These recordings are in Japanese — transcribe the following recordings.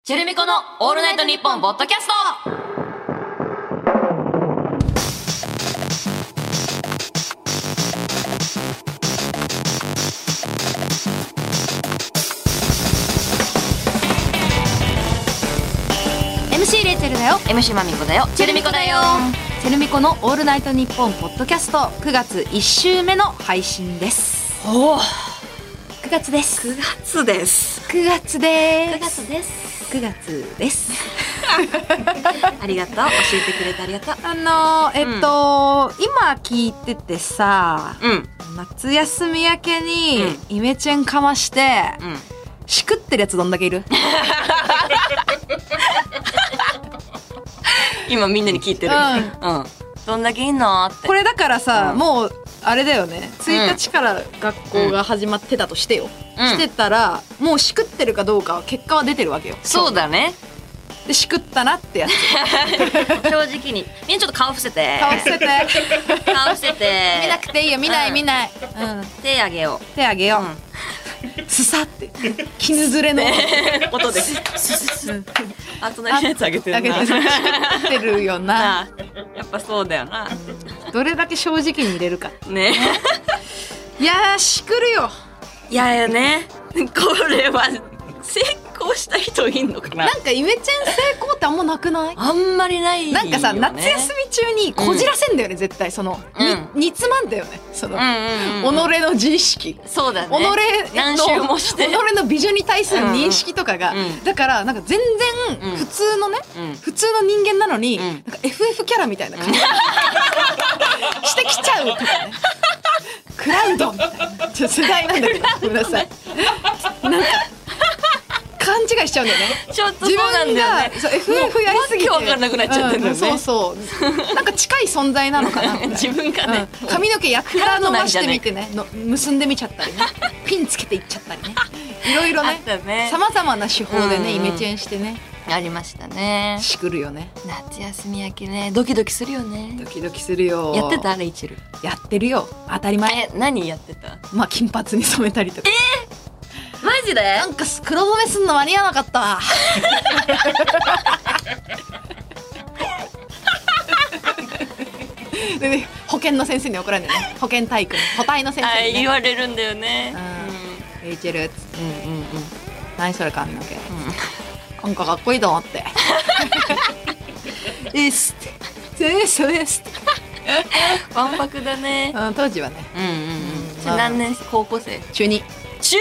チェルミコのオールナイトニッポンポッドキャスト。 MC レイチェルだよ。 MC マミコだよ。チェルミコだよ。 チェルミコのオールナイトニッポンポッドキャスト9月1週目の配信です。 おお、 9月です。 9月です。 9月です。 9月です。 9月です。 ありがとう。教えてくれてありがとう。 今聞いててさ、夏休み明けにイメチェンかまして、しくってるやつどんだけいる？ 今みんなに聞いてる。どんだけいんのって。 これだからさ、もうあれだよね。1日から学校が始まってたとしてよ。してたらもうしくってるかどうかは結果は出てるわけよ。 そうだね。 でしくったなってやつ。 正直にみんなちょっと顔伏せて。 顔伏せて。 顔伏せて。 見なくていいよ。見ない見ない。 手あげよう。 手あげよう。すさって絹ずれの音で。あ、隣のやつあげてるな。 しくってるよな。 やっぱそうだよな。 どれだけ正直に入れるかね。 いやーしくるよ。 いやね。これは成功した人いんのかな。 なんかイメチェン成功ってあんまなくない？ あんまりないよね。 なんかさ、夏休み中にこじらせんだよね、絶対その、煮詰まんだよね、その、己の自意識。 そうだね。 己何周もして。 己の美女に対する認識とかが、だからなんか全然普通のね、普通の人間なのに、なんか FF キャラみたいな感じしてきちゃうとかね。クラウドみたいな。ちょっと世代なんだけど、ごめんなさい。なんか勘違いしちゃうんだよね。 ちょっとそうなんだよね。 そう FF やりすぎてわけわかんなくなっちゃってるんだよね。 そうそう。なんか近い存在なのかなみたいな。 自分がね、 髪の毛やったら伸ばしてみてね、結んでみちゃったりね、ピンつけていっちゃったりね、いろいろね、さまざまな手法でねイメチェンしてね。 ありましたね。 しくるよね。 夏休み明けね、ドキドキするよね。 ドキドキするよ。 やってたレイチェル。 やってるよ。当たり前。 何やってた？ まあ金髪に染めたりとか。 マジで？ なんか黒染めすんの間に合わなかったわ。でね、保健の先生に怒られるね。保健体育の補体の先生にね。 言われるんだよね。 レイチェルっつって。何それ髪の毛。なんかかっこいいと思って。ですって。そうですって。 わんぱくだね。 当時はね。 何年？高校生？ 中2。 中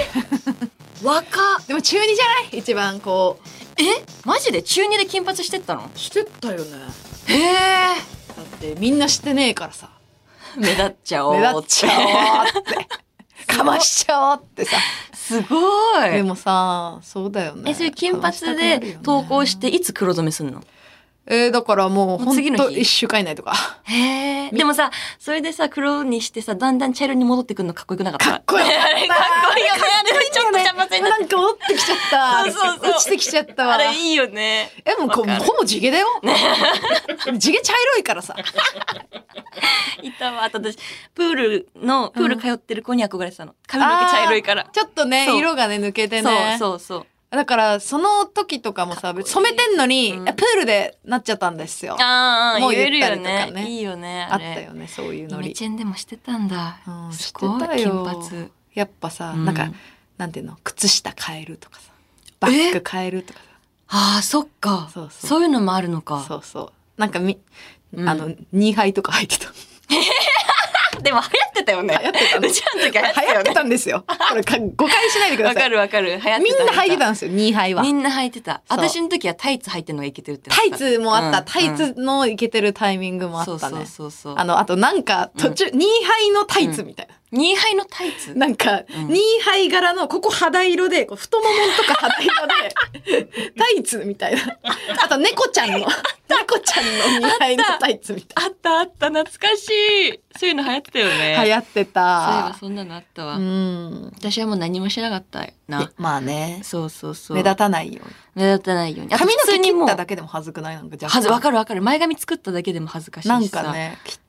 2？ 若っ。 でも中2じゃない？一番こう。 マジで中2で金髪してったの？ してったよね。 へえ。 だってみんなしてねえからさ。 目立っちゃおう。 目立っちゃおうって。かましちゃおうってさ。 すごい。 でもさ、そうだよね。 それ金髪で投稿していつ黒染めすんの？ だからもうほんと1週間以内とか。 へえ。でもさ、それでさ、黒にしてさ、だんだん茶色に戻ってくるのかっこよくなかった？ かっこよかった。 かっこいいよね。あれちょっと茶髪になって。 なんか落ちてきちゃった。 そう落ちてきちゃったわ。 あれいいよね。 もうほぼ地毛だよ。地毛茶色いからさ。 いたわ。あと私、プール通ってる子に憧れてたの。髪の毛茶色いから。 ちょっとね、色がね、抜けてね。 そう。 だからその時とかもさ、染めてんのに、プールでなっちゃったんですよ。 もう言えるよね。いいよね。 あったよね、そういうのに。 イメチェンでもしてたんだ。 してたよ。金髪。やっぱさ、なんかなんていうの、靴下変えるとかさ、バッグ変えるとかさ。 ああ、そっか。そういうのもあるのか。 そうそう。なんかニーハイとか履いてた。 でも流行ってたよね。 流行ってた。 うちらの時流行ってたんですよ。これ誤解しないでください。 わかる。流行ってた。 みんな履いてたんですよ、ニーハイは。 みんな履いてた。私の時はタイツ履いてるのがいけてるって。 タイツもあった。タイツのいけてるタイミングもあったね。 そう。 あとなんか途中、ニーハイのタイツみたいな。 ニーハイのタイツ？ なんか、ニーハイ柄のここ肌色で、太ももとか肌色で、タイツみたいな。あと猫ちゃんのニーハイのタイツみたいな。あった、懐かしい。そういうの流行ってたよね。 流行ってた。 そういえばそんなのあったわ。私はもう何もしなかったな。 まあね。 そう。 目立たないように。 目立たないように。 髪の毛切っただけでも恥ずくない？なんかわかる。前髪作っただけでも恥ずかしいしさ。 なんかね、切っ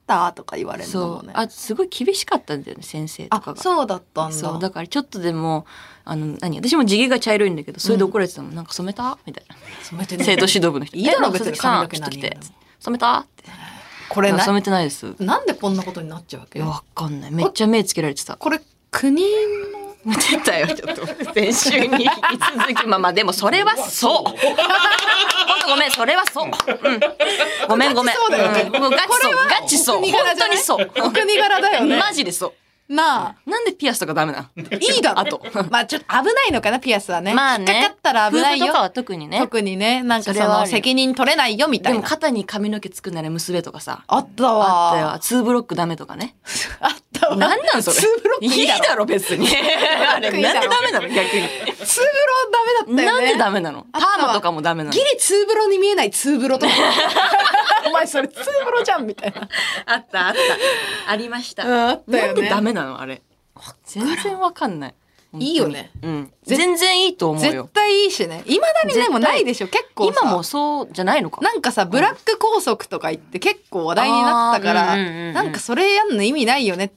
ったとか言われるのそう。 もね。 あ、すごい厳しかったんだよね、先生とかが。 そうだったんだ。 そう。だからちょっとでも、私も地毛が茶色いんだけど、それで怒られてたもん。なんか染めたみたいな。 染めてね。 生徒指導部の人。 いいだろなんか別にさん髪の毛ちょっと来て何や。 染めたって。 これ染めてないです。 なんでこんなことになっちゃうわけ？ いや、わかんない。めっちゃ目つけられてた。 これ国の出たよ、ちょっと。先週に引き続き。まあでもそれはそう。ほんとごめん、それはそう。うん。ごめん。 そうだよねもうガチそう。ガチそう。本当にそう。 お国柄だよね。 マジでそう。 なあ。 なんでピアスとかダメなの？ いいだろ。 あと。 まあちょっと危ないのかな、ピアスはね。 まあね。 引っかかったら危ないよ。 夫婦とかは特にね。 特にね。なんかそのそれはあるよ責任取れないよみたいな。 でも肩に髪の毛つくなら結べとかさ。 あったわ。 あったよ。ツーブロックダメとかね。 あったわ。 なんなんそれ。 ツーブロックいいだろ別に。あれなんでダメなの逆に。 ツーブロダメだったよね。 なんでダメなの？パーマとかもダメなの？ ギリツーブロに見えないツーブロとか。お前それツーブロじゃんみたいな。 あった。ありました。 あったよね。 なんでダメなのあれ。全然わかんない。 いいよね。 うん。全然いいと思う絶よ。 対いいしね。未だにでもないでしょ。結構さ。 今もそうじゃないのか。 なんかさ、ブラック拘束とか言って結構話題になったから、なんかそれやんの意味ないよねって、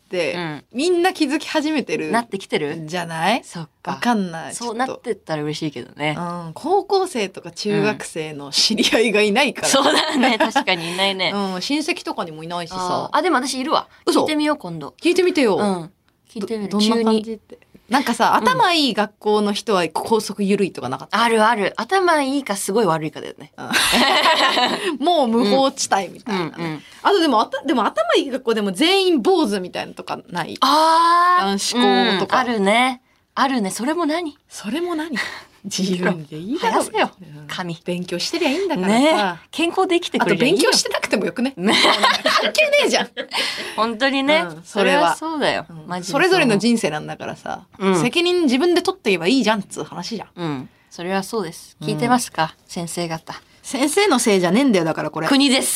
みんな気づき始めてる。 なってきてる？ じゃない？ そっか。 わかんない。 そうなってったら嬉しいけどね。 うん。高校生とか中学生の知り合いがいないから。 そうだね。確かにいないね。 うん。親戚とかにもいないしさ。 あ、でも私いるわ。 嘘？ 聞いてみよう今度。 聞いてみてよ。 うん。聞いてみる。 どんな感じって。なんかさ、頭いい学校の人は校則緩いとかなかった？ あるある。頭いいかすごい悪いかだよね。 もう無法地帯みたいなね。あとでも頭いい学校でも全員坊主みたいなのとかない？男子校とか。 あるね。あるね。それも何？ 自分でいいだろ。 生やせよ。髪。 勉強してりゃいいんだからさ。 ね。健康で生きてくれりゃいいよ。 あと勉強してなくてもよくね。関係ねえじゃん。 本当にね。それはそうだよ。マジで。 それぞれの人生なんだからさ。責任自分で取っていけばいいじゃんっつう話じゃん。 うん。それはそうです。聞いてますか？先生方。 先生のせいじゃねえんだよ、だからこれ。 国です。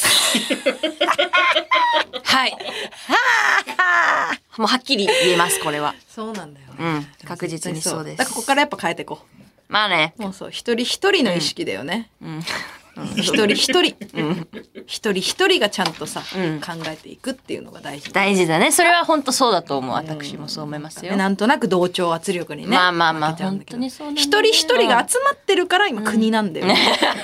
はい。もうはっきり言えます、これは。 そうなんだよね。 うん。確実にそうです。 だからここからやっぱ変えていこう。 まあね。 もうそう、一人一人の意識だよね。一人一人。一人一人がちゃんとさ、考えていくっていうのが大事。 大事だね。それは本当そうだと思う。私もそう思いますよ。 なんとなく同調圧力にね。 まあ。本当にそうなんだよ。 一人一人が集まってるから今国なんだよ。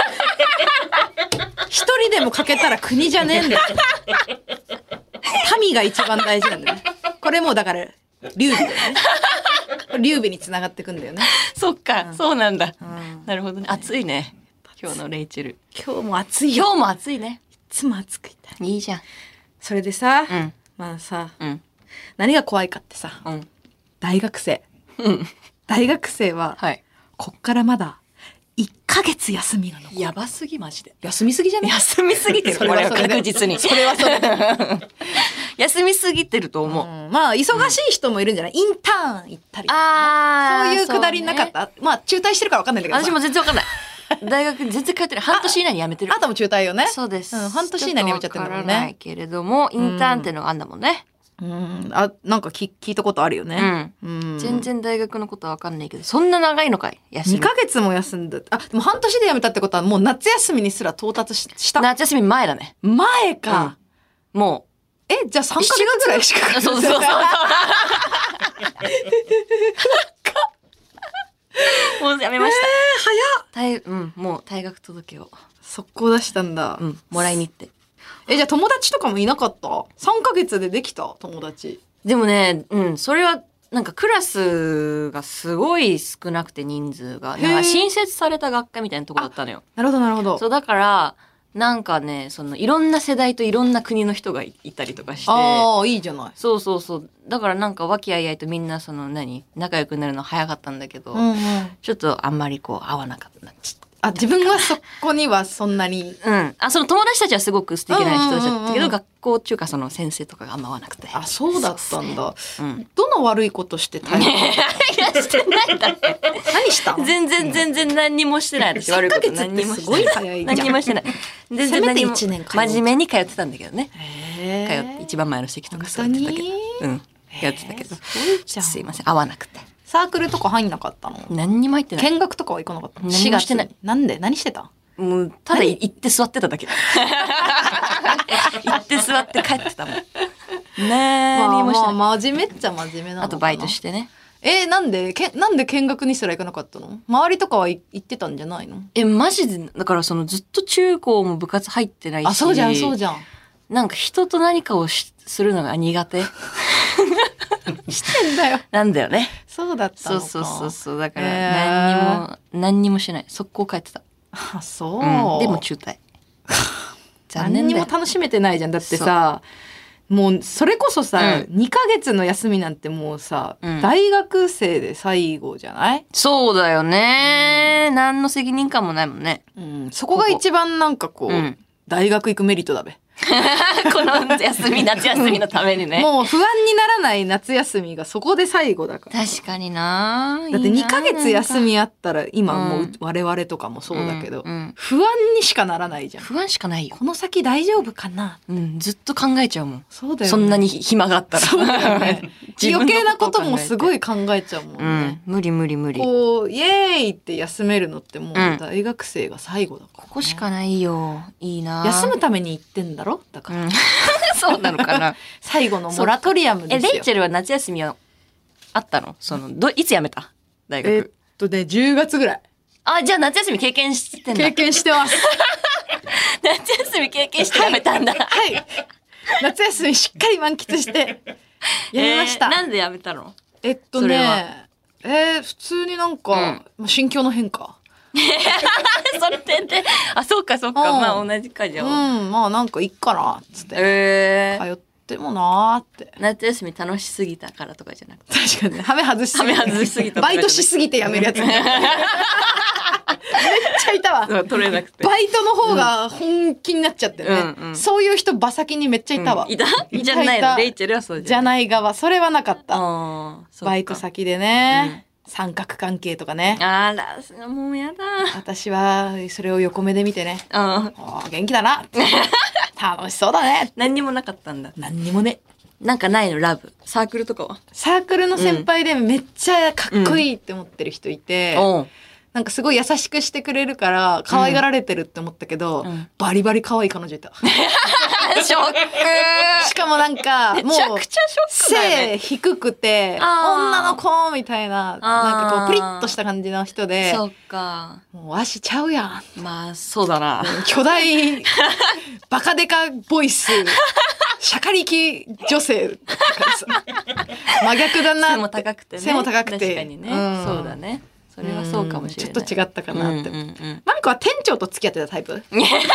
一人でも欠けたら国じゃねえんだよ。民が一番大事なんだよね。これもうだから、劉備だよね。劉備に繋がってくんだよね。 そっか、そうなんだ。なるほどね。暑いね。今日のレイチェル。 今日も暑いよ。 今日も暑いね。 いつも暑くいたい。 いいじゃん。 それでさ、まあさ、何が怖いかってさ、大学生。大学生は、こっからまだ1ヶ月休みが残る。 やばすぎマジで。 休みすぎじゃない？ 休みすぎてる。これは確実に。 それはそれで。 休みすぎてると思う。 まあ忙しい人もいるんじゃない？インターン行ったりとか、そういうくだりなかった？まあ中退してるから分かんないんだけど。 私も全然分かんない。大学に全然通ってない。半年以内に辞めてる。 あとも中退よね。 そうです。 半年以内に辞めちゃってるもんね。 わからないけれども、インターンっていうのがあんだもんね。 なんか聞いたことあるよね。 全然大学のことは分かんないけど、そんな長いのかい？休み。 2ヶ月も休んだ。でも半年で辞めたってことはもう夏休みにすら到達した。 夏休み前だね。 前か。 もう。 じゃあ3ヶ月ぐらいしか。 そう。もうやめました。 早っ。 もう退学届を。 速攻出したんだ。 もらいに行って。 じゃあ友達とかもいなかった？ 3 ヶ月でできた友達。 でもね、それは、なんかクラスがすごい少なくて人数が。なんか新設された学科みたいなとこだったのよ。 なるほどなるほど。 そうだから、なんかね、いろんな世代といろんな国の人がいたりとかして。 ああ、いいじゃない。 そう。だからなんか和気あいあいとみんな仲良くなるの早かったんだけど、ちょっとあんまり合わなかった。 自分はそこにはそんなに。 その友達たちはすごく素敵な人たちだったけど、学校っていうか先生とかがあんま合わなくて。 あ、そうだったんだ。どの悪いことして退学？いや、してないだね。 何したの？ 全然何にもしてない。私悪いこと何にもしてない。すごい早いじゃん。何にもしてない。全然何も。真面目に通ってたんだけどね。通って一番前の席とか座ってたけど。やってたけど。すいません、合わなくて。 サークルとか入んなかったの？ 何にも入ってない。 見学とかは行かなかった？ 何もしてない。 なんで？何してた？ ただ行って座ってただけ。 行って座って帰ってたもん。何もしてない。 まあ真面目っちゃ真面目なのかな。 あとバイトしてね。 なんで見学にすら行かなかったの？周りとかは行ってたんじゃないの？ マジで、だからずっと中高も部活入ってないし。 あ、そうじゃん、そうじゃん。 なんか人と何かをするのが苦手。 してんだよ。 なんだよね。 そうだったのか。 そう。だから何にもしない。速攻帰ってた。 あ、そう。 でも中退。残念だよ。 何にも楽しめてないじゃん。だってさ、もうそれこそさ、2ヶ月の休みなんてもうさ、大学生で最後じゃない？ そうだよね。何の責任感もないもんね。 そこが一番なんか大学行くメリットだべ。 この夏休みのためにね。 もう不安にならない夏休みがそこで最後だから。 確かにな。 だって2ヶ月休みあったら今もう我々とかもそうだけど、不安にしかならないじゃん。 不安しかないよ。 この先大丈夫かな。 ずっと考えちゃうもん。 そうだよね。 そんなに暇があったら。 そうだよね。余計なこともすごい考えちゃうもんね。 無理。 こうイエーイって休めるのってもう大学生が最後だから、 ここしかないよ。いいな。 休むために行ってんだろだから。 そうなのかな。 最後のモラトリアムですよ。 レイチェルは夏休みはあったの？いつ辞めた？大学。 10月ぐらい。 あ、じゃあ夏休み経験してんだ。 経験してます。 夏休み経験して辞めたんだ。 はい。夏休みしっかり満喫してやりました。 なんで辞めたの？ 普通になんか、心境の変化。 それで、あ、そうか、まあ同じかじゃん。 まあなんかいっかなっつって。通ってもなーって。 夏休み楽しすぎたからとかじゃなくて。 確かにね、ハメ外しすぎて。バイトしすぎてやめるやつ。めっちゃいたわ。 取れなくて。 バイトの方が本気になっちゃってね。そういう人場先にめっちゃいたわ。 いたじゃないの。レイチェルはそうじゃない側。それはなかった。バイト先でね。三角関係とかね。 あら、もうやだ。 私はそれを横目で見てね。元気だな。楽しそうだね。 何にもなかったんだ。 何にもね。 なんかないの？ラブサークルとかは？ サークルの先輩でめっちゃかっこいいって思ってる人いて、なんかすごい優しくしてくれるから可愛がられてるって思ったけど、バリバリ可愛い彼女いた。 ショック。 しかもなんかもうめちゃくちゃショックだよね。 背低くて女の子みたいな、なんかこうプリッとした感じの人で、 そっか。 もう足ちゃうやん。 まあそうだな。 巨大バカデカボイス。シャカリキ女性とかさ、真逆だなって。 背も高くてね。 背も高くて。 確かにね。そうだね。それはそうかもしれない。 ちょっと違ったかなって。マミコは店長と付き合ってたタイプ？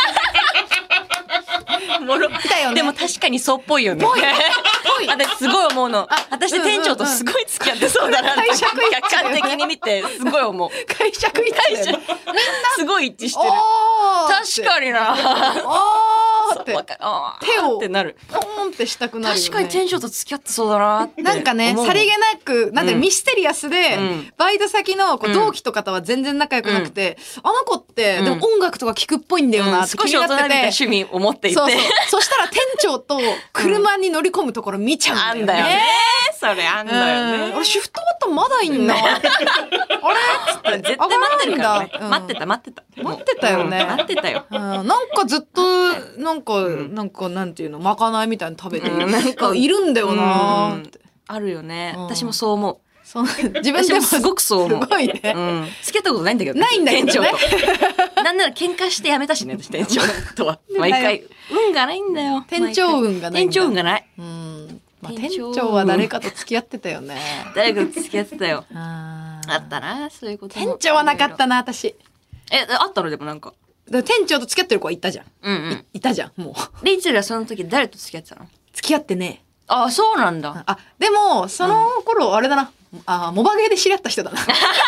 でも確かにそうっぽいよね。私すごい思うの。私店長とすごい付き合ってそうだなって。客観的に見てすごい思う。 解釈一致だよね。 すごい一致してる。確かにな。 って手をってなる。 ポーンってしたくなるよね。 確かに店長と付き合ってそうだなって。 なんかね、さりげなく、なんでミステリアスで、バイト先の同期とかとは全然仲良くなくて、あの子って、でも音楽とか聞くっぽいんだよなって気になってて。少し大人みたいな趣味を持っていて。 そしたら店長と車に乗り込むところ見ちゃうんだよね。 それあんだよね。 俺シフト終わったまだいいんだ。あれ絶対待ってるからね。待ってたよね。待ってたよ。 なんかずっと、なんかなんていうの、まかないみたいに食べてる。なんかいるんだよなって。 あるよね。私もそう思う。 自分でもすごくそう思う。 すごいね。 付き合ったことないんだけど。 ないんだけどね。 店長と。なんなら喧嘩して辞めたしね、私店長とは。毎回。運がないんだよ。 店長運がない。 店長運がない。 店長は誰かと付き合ってたよね。 誰かと付き合ってたよ。あったな、そういうこと。 店長はなかったな、私。 あったのでもなんか。 店長と付き合ってる子はいたじゃん。いたじゃん、もう。 レイチェルはその時誰と付き合ってたの？ 付き合ってね。 あ、そうなんだ。 あ、でも、その頃、あれだな。モバゲーで知り合った人だな。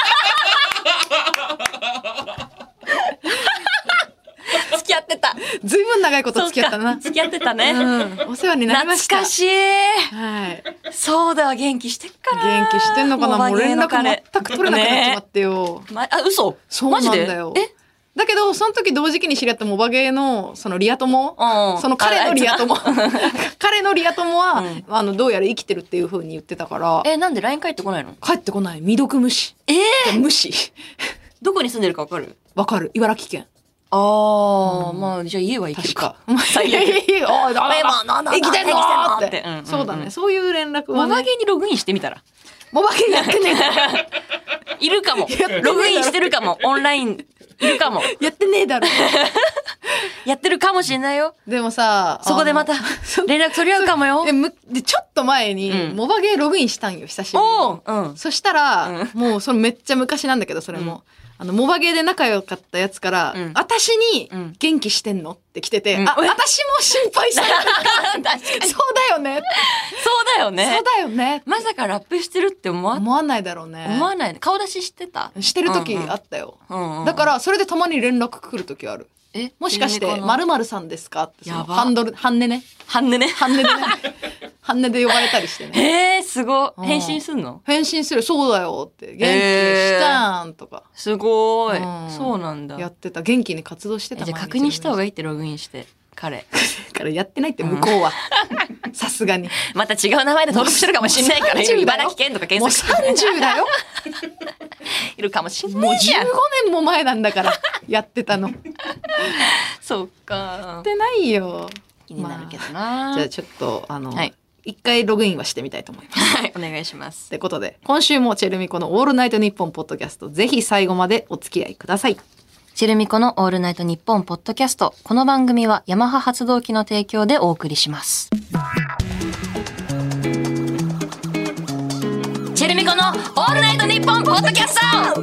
付き合ってた。 ずいぶん長いこと付き合ったな。 付き合ってたね。 お世話になりました。 懐かしい。はい。そうだわ、元気してっかな。 元気してんのかな。もう連絡全く取れなくなっちまってよ。 嘘？ そうなんだよ。だけど、その時同時期に知り合ったモバゲーの、そのリア友、その彼のリア友、彼のリア友は、どうやら生きてるっていう風に言ってたから。 なんで LINE 帰ってこないの？ 帰ってこない。未読無視。無視。 どこに住んでるかわかる？ わかる。茨城県。 まあじゃあ家は行けるか。 最悪。生きてんのって。そうだね。そういう連絡はモバゲーにログインしてみたら。 モバゲーやってねえ。いるかも。ログインしてるかも。オンラインいるかも。 やってねえだろ。 やってるかもしれないよ。 でもさ、 そこでまた連絡取り合うかもよ。 でちょっと前にモバゲーログインしたんよ、久しぶりに。そしたら、もうそれめっちゃ昔なんだけど、それも。モバゲーで仲良かったやつから、私に元気してんのって来てて、私も心配した。そうだよね。 そうだよね。 そうだよね。 まさかラップしてるって思わないだろうね。 思わない。顔出ししてた？ してる時あったよ。だから、それでたまに連絡来る時ある。もしかして、〇〇さんですかって、半値ね。半値で呼ばれたりしてね。 すごい。返信すんの？ 返信する。そうだよって。元気したんとか。 すごい。そうなんだ。 やってた。元気に活動してた。 じゃあ確認した方がいいってログインして。彼。 からやってないって向こうは。さすがに。 また違う名前で登録してるかもしれないから、茨城県とか検索。 もう30だよ。 いるかもしれないじゃん。 もう15年も前なんだから、やってたの。 そっか。 やってないよ。 気になるけどな。 じゃあちょっと、一回ログインはしてみたいと思います。 はい、お願いします。 ということで、今週もチェルミコのオールナイトニッポンポッドキャスト、ぜひ最後までお付き合いください。 チェルミコのオールナイトニッポンポッドキャスト。この番組はヤマハ発動機の提供でお送りします。チェルミコのオールナイトニッポンポッドキャスト。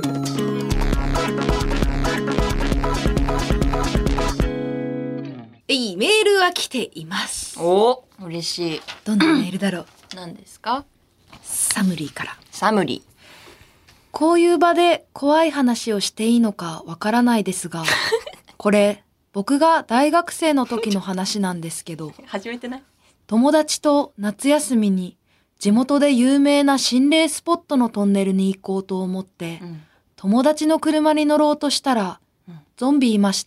メールは来ています。 お、嬉しい。 どんなメールだろう。 何ですか？ サムリーから。 サムリー。 こういう場で怖い話をしていいのかわからないですが、これ僕が大学生の時の話なんですけど、 初めてない？ 友達と夏休みに地元で有名な心霊スポットのトンネルに行こうと思って、友達の車に乗ろうとしたら、ゾンビいました。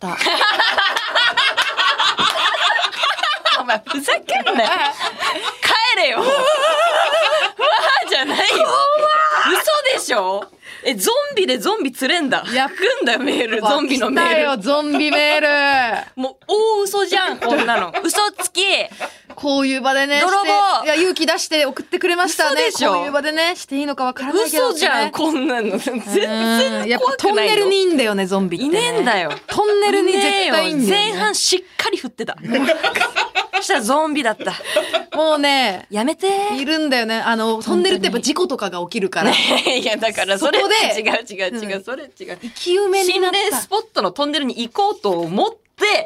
お前ふざけんなよ。帰れよ。わーじゃないよ。嘘でしょ？ゾンビでゾンビ釣れんだ。焼くんだよ、メール。ゾンビのメール。 来たよ、ゾンビメール。 もう、大嘘じゃん、こんなの。嘘つき。 こういう場でね、 泥棒。 いや、勇気出して送ってくれましたね。 嘘でしょ？ こういう場でね、していいのかわからないけど、ね。 嘘じゃん、こんなの。全然やっぱトンネルにいんだよね、ゾンビって、ね。 いねえんだよ。 トンネルに絶対いんだよ、 ね。前半しっかり振ってた。そしたらゾンビだった。 もうね、 やめて。 いるんだよね。トンネルってやっぱ事故とかが起きるから。 いや、だからそれで違う、それ違う。 生き埋めになった。 心霊スポットのトンネルに行こうと思って、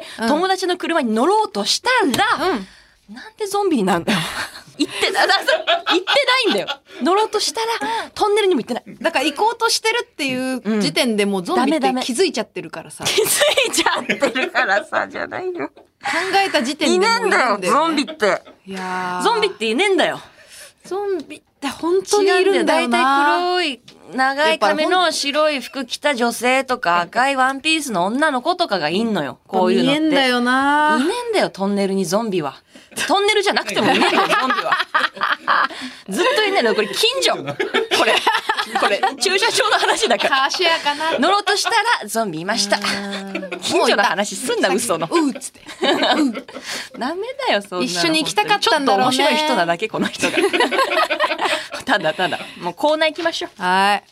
友達の車に乗ろうとしたら、なんでゾンビになるんだよ。行ってないんだよ。乗ろうとしたら、トンネルにも行ってない。 だから行こうとしてるっていう時点でもうゾンビって気づいちゃってるからさ。 気づいちゃってるからさ、じゃないよ。 考えた時点でもういねえんだよ、ゾンビって。 いやゾンビっていねえんだよ。 ゾンビって本当にいるんだよな。 大体黒い、長い髪の白い服着た女性とか赤いワンピースの女の子とかがいんのよ。こういうのって。 いねえんだよな。 いねえんだよ、トンネルにゾンビは。トンネルじゃなくてもいねえんだよ、ゾンビは。ずっといねえのよ、これ近所。これ、駐車場の話だから。 カーシェアかな。 乗ろうとしたらゾンビいました。近所の話すんな、嘘の。 うっつって。 ダメだよ、そんなの。 一緒に行きたかったんだろうね。 ちょっと面白い人なだけ、この人が。ただ。もうコーナー行きましょう。 はい。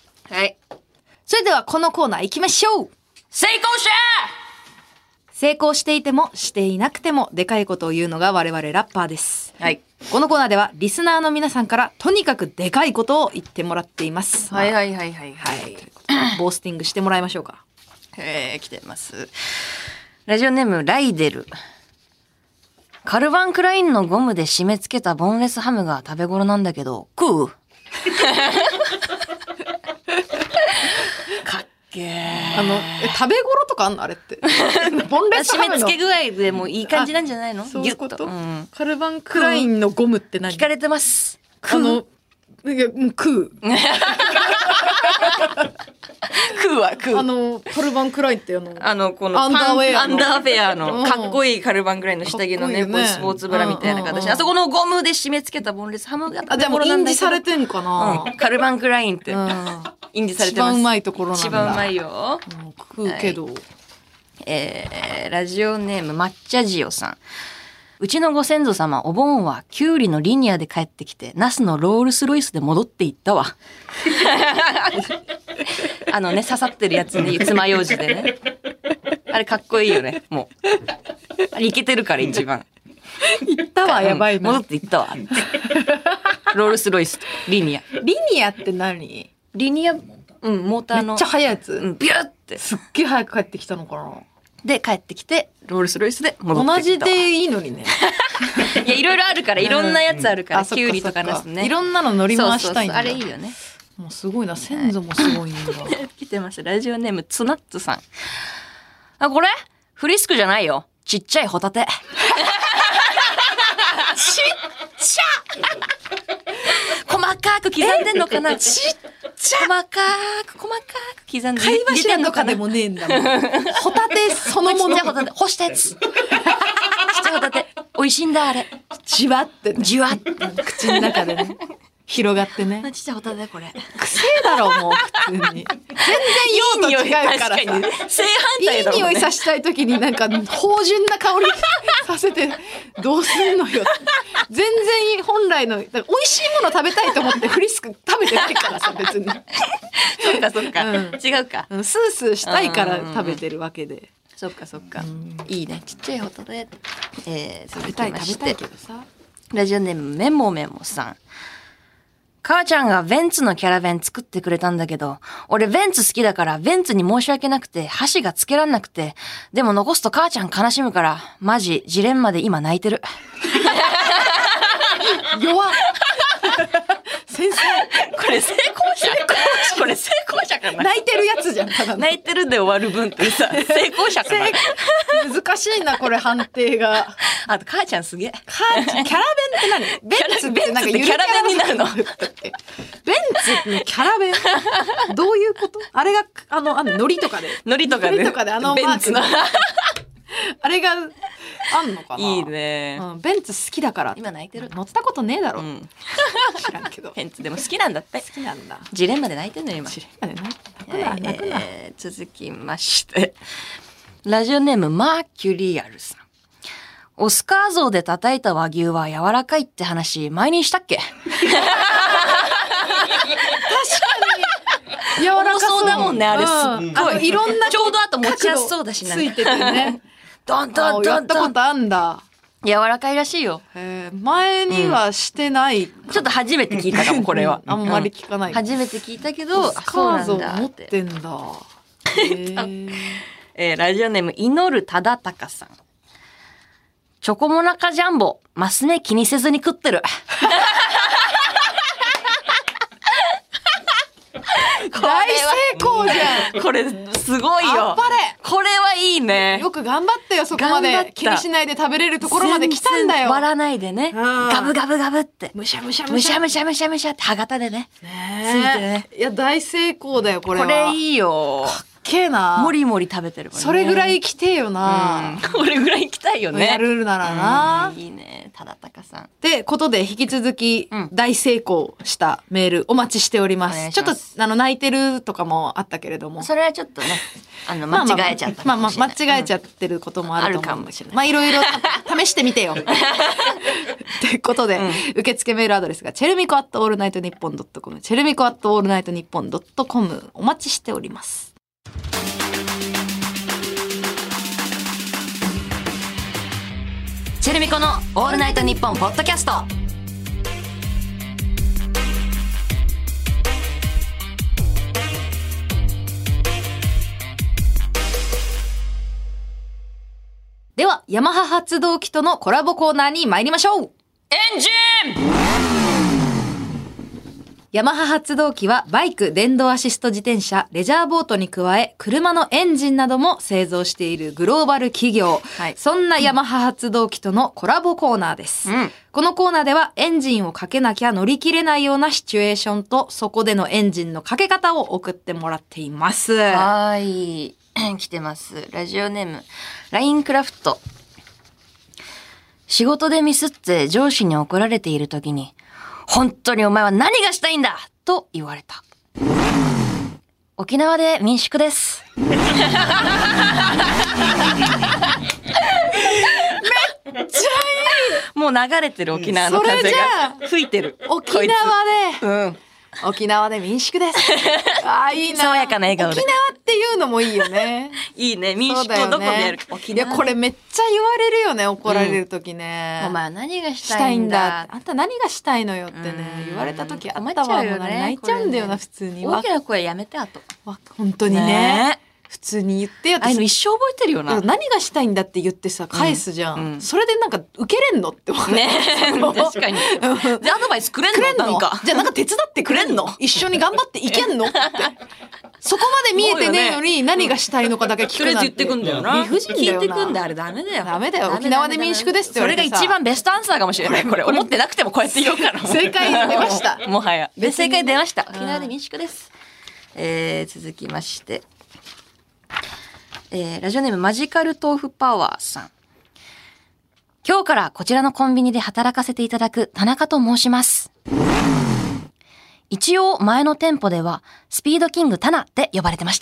それではこのコーナー行きましょう。 成功者！ 成功していてもしていなくてもでかいことを言うのが我々ラッパーです。 はい。 このコーナーではリスナーの皆さんからとにかくでかいことを言ってもらっています。 はい。 ボースティングしてもらいましょうか。 来てます。ラジオネームライデル。カルバンクラインのゴムで締め付けたボンレスハムが食べ頃なんだけど、食う？かっけー。 食べ頃とかあんのあれって。ボンレスハムの締め付け具合でもいい感じなんじゃないの？ そういうこと、カルバンクラインのゴムって何？ 聞かれてます。 いや、もう食う。 食う。 カルバンクラインってこのアンダーフェアのかっこいいカルバンクラインの下着のね、こういうスポーツブラみたいな形。あそこのゴムで締め付けたボンレスハムがでも印字されてんかな、 カルバンクラインって印字されてます。 一番うまいところなんだ。 一番うまいよ。 食うけど。 ラジオネーム抹茶塩さん。うちのご先祖様、お盆はキュウリのリニアで帰ってきて、ナスのロールスロイスで戻っていったわ。刺さってるやつね、爪楊枝でね。あれかっこいいよね、もう。あれいけてるから一番。 行ったわ、やばいな。 戻っていったわ。ロールスロイス、リニア。 リニアって何？ リニア、モーターの。 めっちゃ速いやつ？ ビューって。 すっげえ早く帰ってきたのかな。 で帰ってきてロールスロイスで戻ってきた。 同じでいいのにね。 いやいろいろあるからいろんなやつあるから、キュウリとかナスね。 いろんなの乗り回したいんだ。 あれいいよね。 もうすごいな、先祖もすごいんだ。 来てます。ラジオネームツナッツさん。あ、これフリスクじゃないよ。ちっちゃいホタテ。ちっちゃ。細かく刻んでんのかな。ちっちゃ。細かく刻んで。 貝柱とかでもねえんだもん。ホタテそのもの。 ちっちゃいホタテ。干したやつ。ちっちゃいホタテ。美味しいんだあれ。 じわってね。 じわって。 口の中でね。広がってね。 ちっちゃいホタテこれ。 癖だろもう普通に。全然用途違うからさ。 正反対だもんね。 いい匂いさせたい時になんか芳醇な香りさせてどうすんのよ。全然本来の美味しいもの食べたいと思ってフリスク食べてないからさ別に。 そっか、違うか。 スースーしたいから食べてるわけで。 そっか。いいね。ちっちゃいホタテ。 食べたいけどさ。 ラジオネームメモメモさん。母ちゃんがベンツのキャラ弁作ってくれたんだけど、俺ベンツ好きだからベンツに申し訳なくて箸がつけらんなくて、でも残すと母ちゃん悲しむから、マジジレンマで今泣いてる。 弱っ。先生。 これ成功者かな。 泣いてるやつじゃん。ただ泣いてるで終わる分ってさ、成功者かな。 難しいなこれ判定が。 あと母ちゃんすげえ。 キャラ弁って何？ベンツってなんかゆるキャラ弁になるの？ベンツのキャラ弁どういうこと？あれがノリとかでね。ベンツのあれがあんのかな。 いいね、 ベンツ好きだから。 今泣いてる。 乗ったことねえだろ。知らんけど。 ベンツでも好きなんだって。 好きなんだ。 ジレンマで泣いてんのよ今。 ジレンマで泣くな。 続きましてラジオネームマーキュリアルさん。オスカー像で叩いた和牛は柔らかいって話前にしたっけ？確かに柔らかそうだもんねあれすっごい。 いろんなちょうどあと持ちやすそうだしついててね。 ドンドンドンやったことあんだ。 柔らかいらしいよ。 前にはしてない、 ちょっと初めて聞いたかもこれは。 あんまり聞かない。 初めて聞いたけど、 カーゾ持ってんだ。 ラジオネーム祈る忠敬さん。チョコモナカジャンボマス目気にせずに食ってる。 大成功じゃん。 これすごいよ。これはいいね。 よく頑張ったよ。そこまで気にしないで食べれるところまで来たんだよ。 割らないでね。ガブガブガブってむしゃむしゃって歯型でね。ついてね。 いや大成功だよこれは。 これいいよ。 かっけえな。 もりもり食べてるもんね。 それぐらい来てえよな。 これぐらい行きたいよね。 やるならな。 いいね。忠敬さん。 ってことで引き続き大成功したメールお待ちしております。ちょっと泣いてるとかもあったけれども。 それはちょっとね間違えちゃったかもしれない。 間違えちゃってることもあると思うんですけど。いろいろ試してみてよ。ってことで、受付メールアドレスがチェルミコアットオールナイトニッポンドットコム、チェルミコアットオールナイトニッポンドットコムお待ちしております。チェルミコのオールナイトニッポンポッドキャスト。ではヤマハ発動機とのコラボコーナーに参りましょう。 エンジン。 ヤマハ発動機はバイク、電動アシスト自転車、レジャーボートに加え車のエンジンなども製造しているグローバル企業、そんなヤマハ発動機とのコラボコーナーです、このコーナーではエンジンをかけなきゃ乗り切れないようなシチュエーションとそこでのエンジンのかけ方を送ってもらっています。 はい来てます。ラジオネームラインクラフト。仕事でミスって上司に怒られている時に本当にお前は何がしたいんだと言われた。沖縄で民宿です。 う流れてる沖縄の風が吹いてる。 沖縄で、沖縄で民宿です。あ、いいな。 爽やかな笑顔で。 沖縄っていうのもいいよね。 いいね。民宿をどこでやるか。 いや、これめっちゃ言われるよね、怒られる時ね。 お前何がしたいんだ。 あんた何がしたいのよってね、言われた時あったわ。泣いちゃうんだよな、普通に。 大きな声やめて、あと。 本当にね。普通に言ってよって。 一生覚えてるよな。 何がしたいんだって言ってさ、返すじゃん。それでなんか受けれんのって思う。 ね、確かに。じゃあアドバイスくれんの？なんか。 じゃあなんか手伝ってくれんの？一緒に頑張っていけんのって。そこまで見えてねえのに何がしたいのかだけ聞くなんて。 とりあえず言ってくんだよな。 理不尽だよな。 聞いてくんだよ。あれダメだよ。 ダメだよ。沖縄で民宿ですって言われてさ。 それが一番ベストアンサーかもしれない。これ思ってなくてもこうやって言おうから。 正解出ました。 もはや。正解出ました。沖縄で民宿です。続きまして。ラジオネームマジカル豆腐パワーさん。今日からこちらのコンビニで働かせていただく田中と申します。一応前の店舗ではスピードキングタナって呼ばれてました。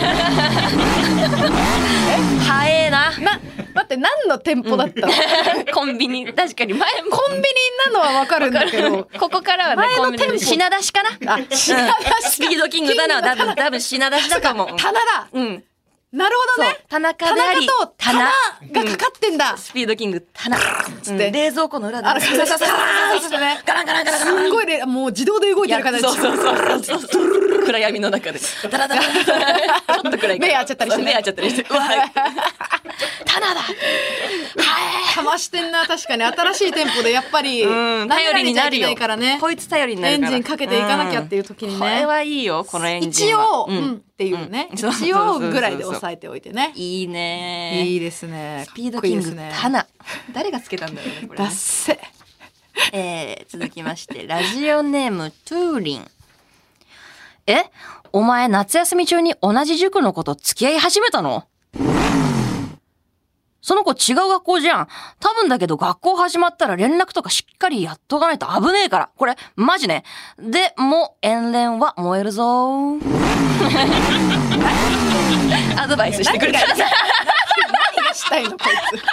早えな。 待って何の店舗だったの？ コンビニ。確かに前もコンビニなのはわかるんだけど、 ここからはね、 前の店舗品出しかな。 品出し。 スピードキングタナは多分品出しだと思う。 棚だ。 うん。 なるほどね。 田中であり、 田中がかかってんだ。 スピードキング、棚。 つって。 冷蔵庫の裏で。 ガランガランガラン。すんごいもう自動で動いてる形。 そう。暗闇の中で。ダラダラ。ちょっと暗い。 目合っちゃったりして。 目合っちゃったりして。うわ、棚だ。 かましてんな、確かに。新しい店舗でやっぱり、 頼りになるよ。 こいつ頼りになるから。エンジンかけていかなきゃっていう時にね。 これはいいよ、このエンジンは。一応、っていうね。一応ぐらいで抑えておいてね。 いいね。 いいですね。 スピードキング、棚。誰がつけたんだろうね、これ。 だっせ。 続きまして、ラジオネーム、トゥーリン。お前夏休み中に同じ塾の子と付き合い始めたの？その子違う学校じゃん。多分だけど学校始まったら連絡とかしっかりやっとかないと危ねえから。これ、マジね。でも、遠恋は燃えるぞ。アドバイスしてくれたらさ。 何がしたいのこい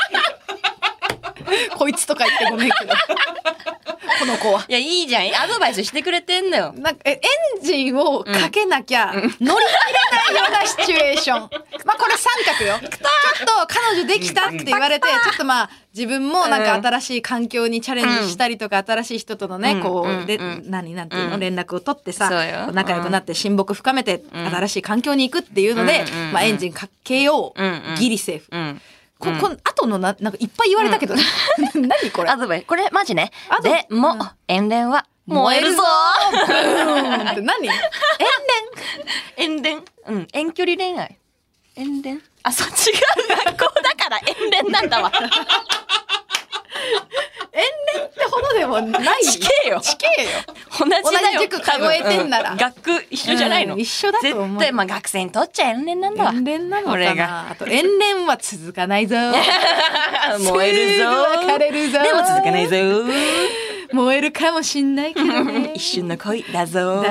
つ。こいつとか言ってごめんけど。この子は。 いや、いいじゃん。アドバイスしてくれてんだよ。 なんかエンジンをかけなきゃ乗り切れないようなシチュエーション。まあこれ三角よ。ちょっと彼女できたって言われて、ちょっとまあ自分もなんか新しい環境にチャレンジしたりとか、新しい人とのね、こう、で、なんていうの、連絡を取ってさ、仲良くなって親睦深めて、新しい環境に行くっていうので、まあエンジンかけよう。ギリセーフ。こ後のなんかいっぱい言われたけど、何これ？ アドバイス。これマジね。でも、遠恋は燃えるぞー。って何？ 遠恋。遠距離恋愛。遠恋。あ、そう、違う学校だから遠恋なんだわ。 遠恋ってほどでもない地形よ。同じだよ。 塾通えてんなら。 学区一緒じゃないの？ 一緒だと思う。 絶対、まあ学生にとっちゃ遠恋なんだわ。 遠恋なのかな。あと遠恋は続かないぞ。 燃えるぞ。 別れるぞ。 でも続かないぞ。 燃えるかもしんないけどね。 一瞬の恋だぞ。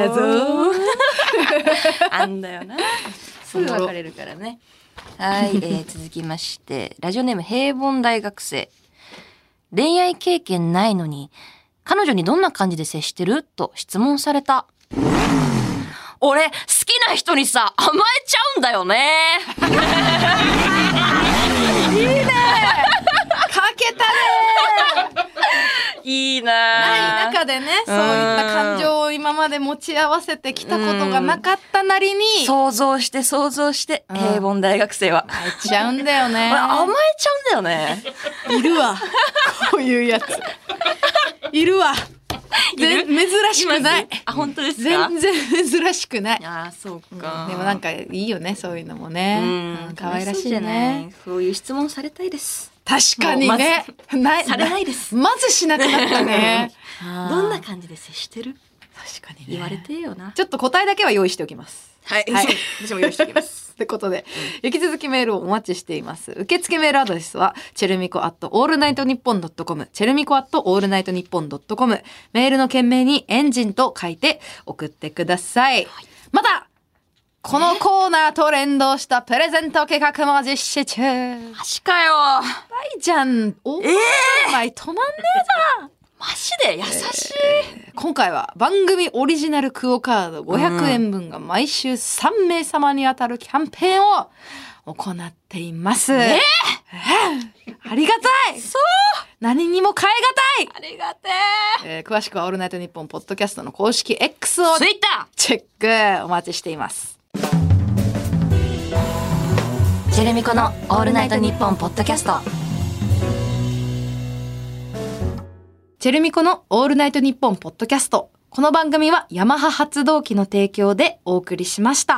あんだよな。すぐ別れるからね。はい、続きまして、ラジオネーム平凡大学生。恋愛経験ないのに、彼女にどんな感じで接してる？と質問された。俺、好きな人にさ、甘えちゃうんだよね。 いいね。かけたね。 いいな。 ない中でね、そういった感情を今まで持ち合わせてきたことがなかったなりに、 想像して、平凡大学生は。 甘えちゃうんだよね。 甘えちゃうんだよね。 いるわ。こういうやつ。いるわ。珍しくない。 あ、本当ですか？ 全然珍しくない。 あ、そうか。 でもなんかいいよね、そういうのもね。可愛らしいね。 そういう質問されたいです。 確かにね。 されないです。 まずしなくなったね。 どんな感じで接してる？ 確かにね。 言われてよな。 ちょっと答えだけは用意しておきます。 はい。私も用意しておきます。 ってことで、引き続きメールをお待ちしています。受付メールアドレスは、チェルミコ@allnightnippon.com、チェルミコ@allnightnippon.com、メールの件名にエンジンと書いて送ってください。また、 このコーナーと連動したプレゼント企画も実施中。 マジかよ。 大ちゃん、お前止まんねえぞ。 マジで優しい。 今回は番組オリジナルクオカード500円分が毎週3名様に当たるキャンペーンを行っています。ありがたい。そう何にも変えがたい。 ありがて詳しくはオールナイトニッポンポッドキャストの公式 X をツイッターチェックお待ちしています。 ジェレミコのオールナイトニッポンポッドキャスト。 チェルミコのオールナイトニッポンポッドキャスト。この番組はヤマハ発動機の提供でお送りしました。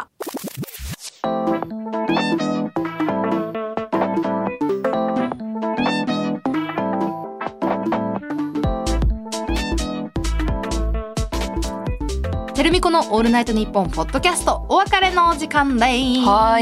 チェルミコのオールナイトニッポンポッドキャストお別れのお時間です。 はい。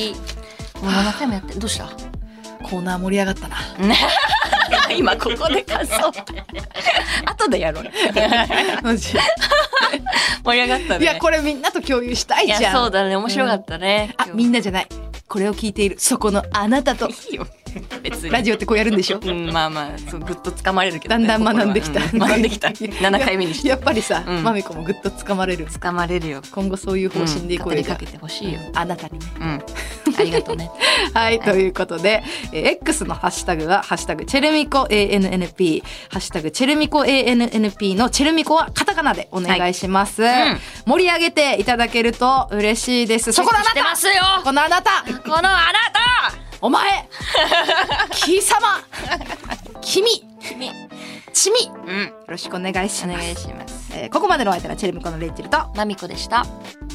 もう7回もやってどうした？ コーナー盛り上がったな。 今ここで感想後でやろう。 マジ盛り上がったね。 いやこれみんなと共有したいじゃん。 いやそうだね面白かったね。 みんなじゃない。これを聞いているそこのあなたと。いいよ。別にラジオってこうやるんでしょ。 まあまあそうぐっと掴まれるけど、 だんだん学んできた。 学んできた。7回目にして。 やっぱりさ、まみこもぐっと掴まれる。 掴まれるよ。 今後そういう方針でいこうよ。 語りかけてほしいよ。 あなたにね。 ありがとうね。 はい、ということで、X のハッシュタグはハッシュタグチェルミコ ANNP、ハッシュタグチェルミコ ANNP のチェルミコはカタカナでお願いします。盛り上げていただけると嬉しいです。 そこのあなた。 このあなた。 このあなた。 お前貴様君ちみ、よろしくお願いします。 お願いします。 ここまでのお相手はチェルミコのレイチェルとマミコでした。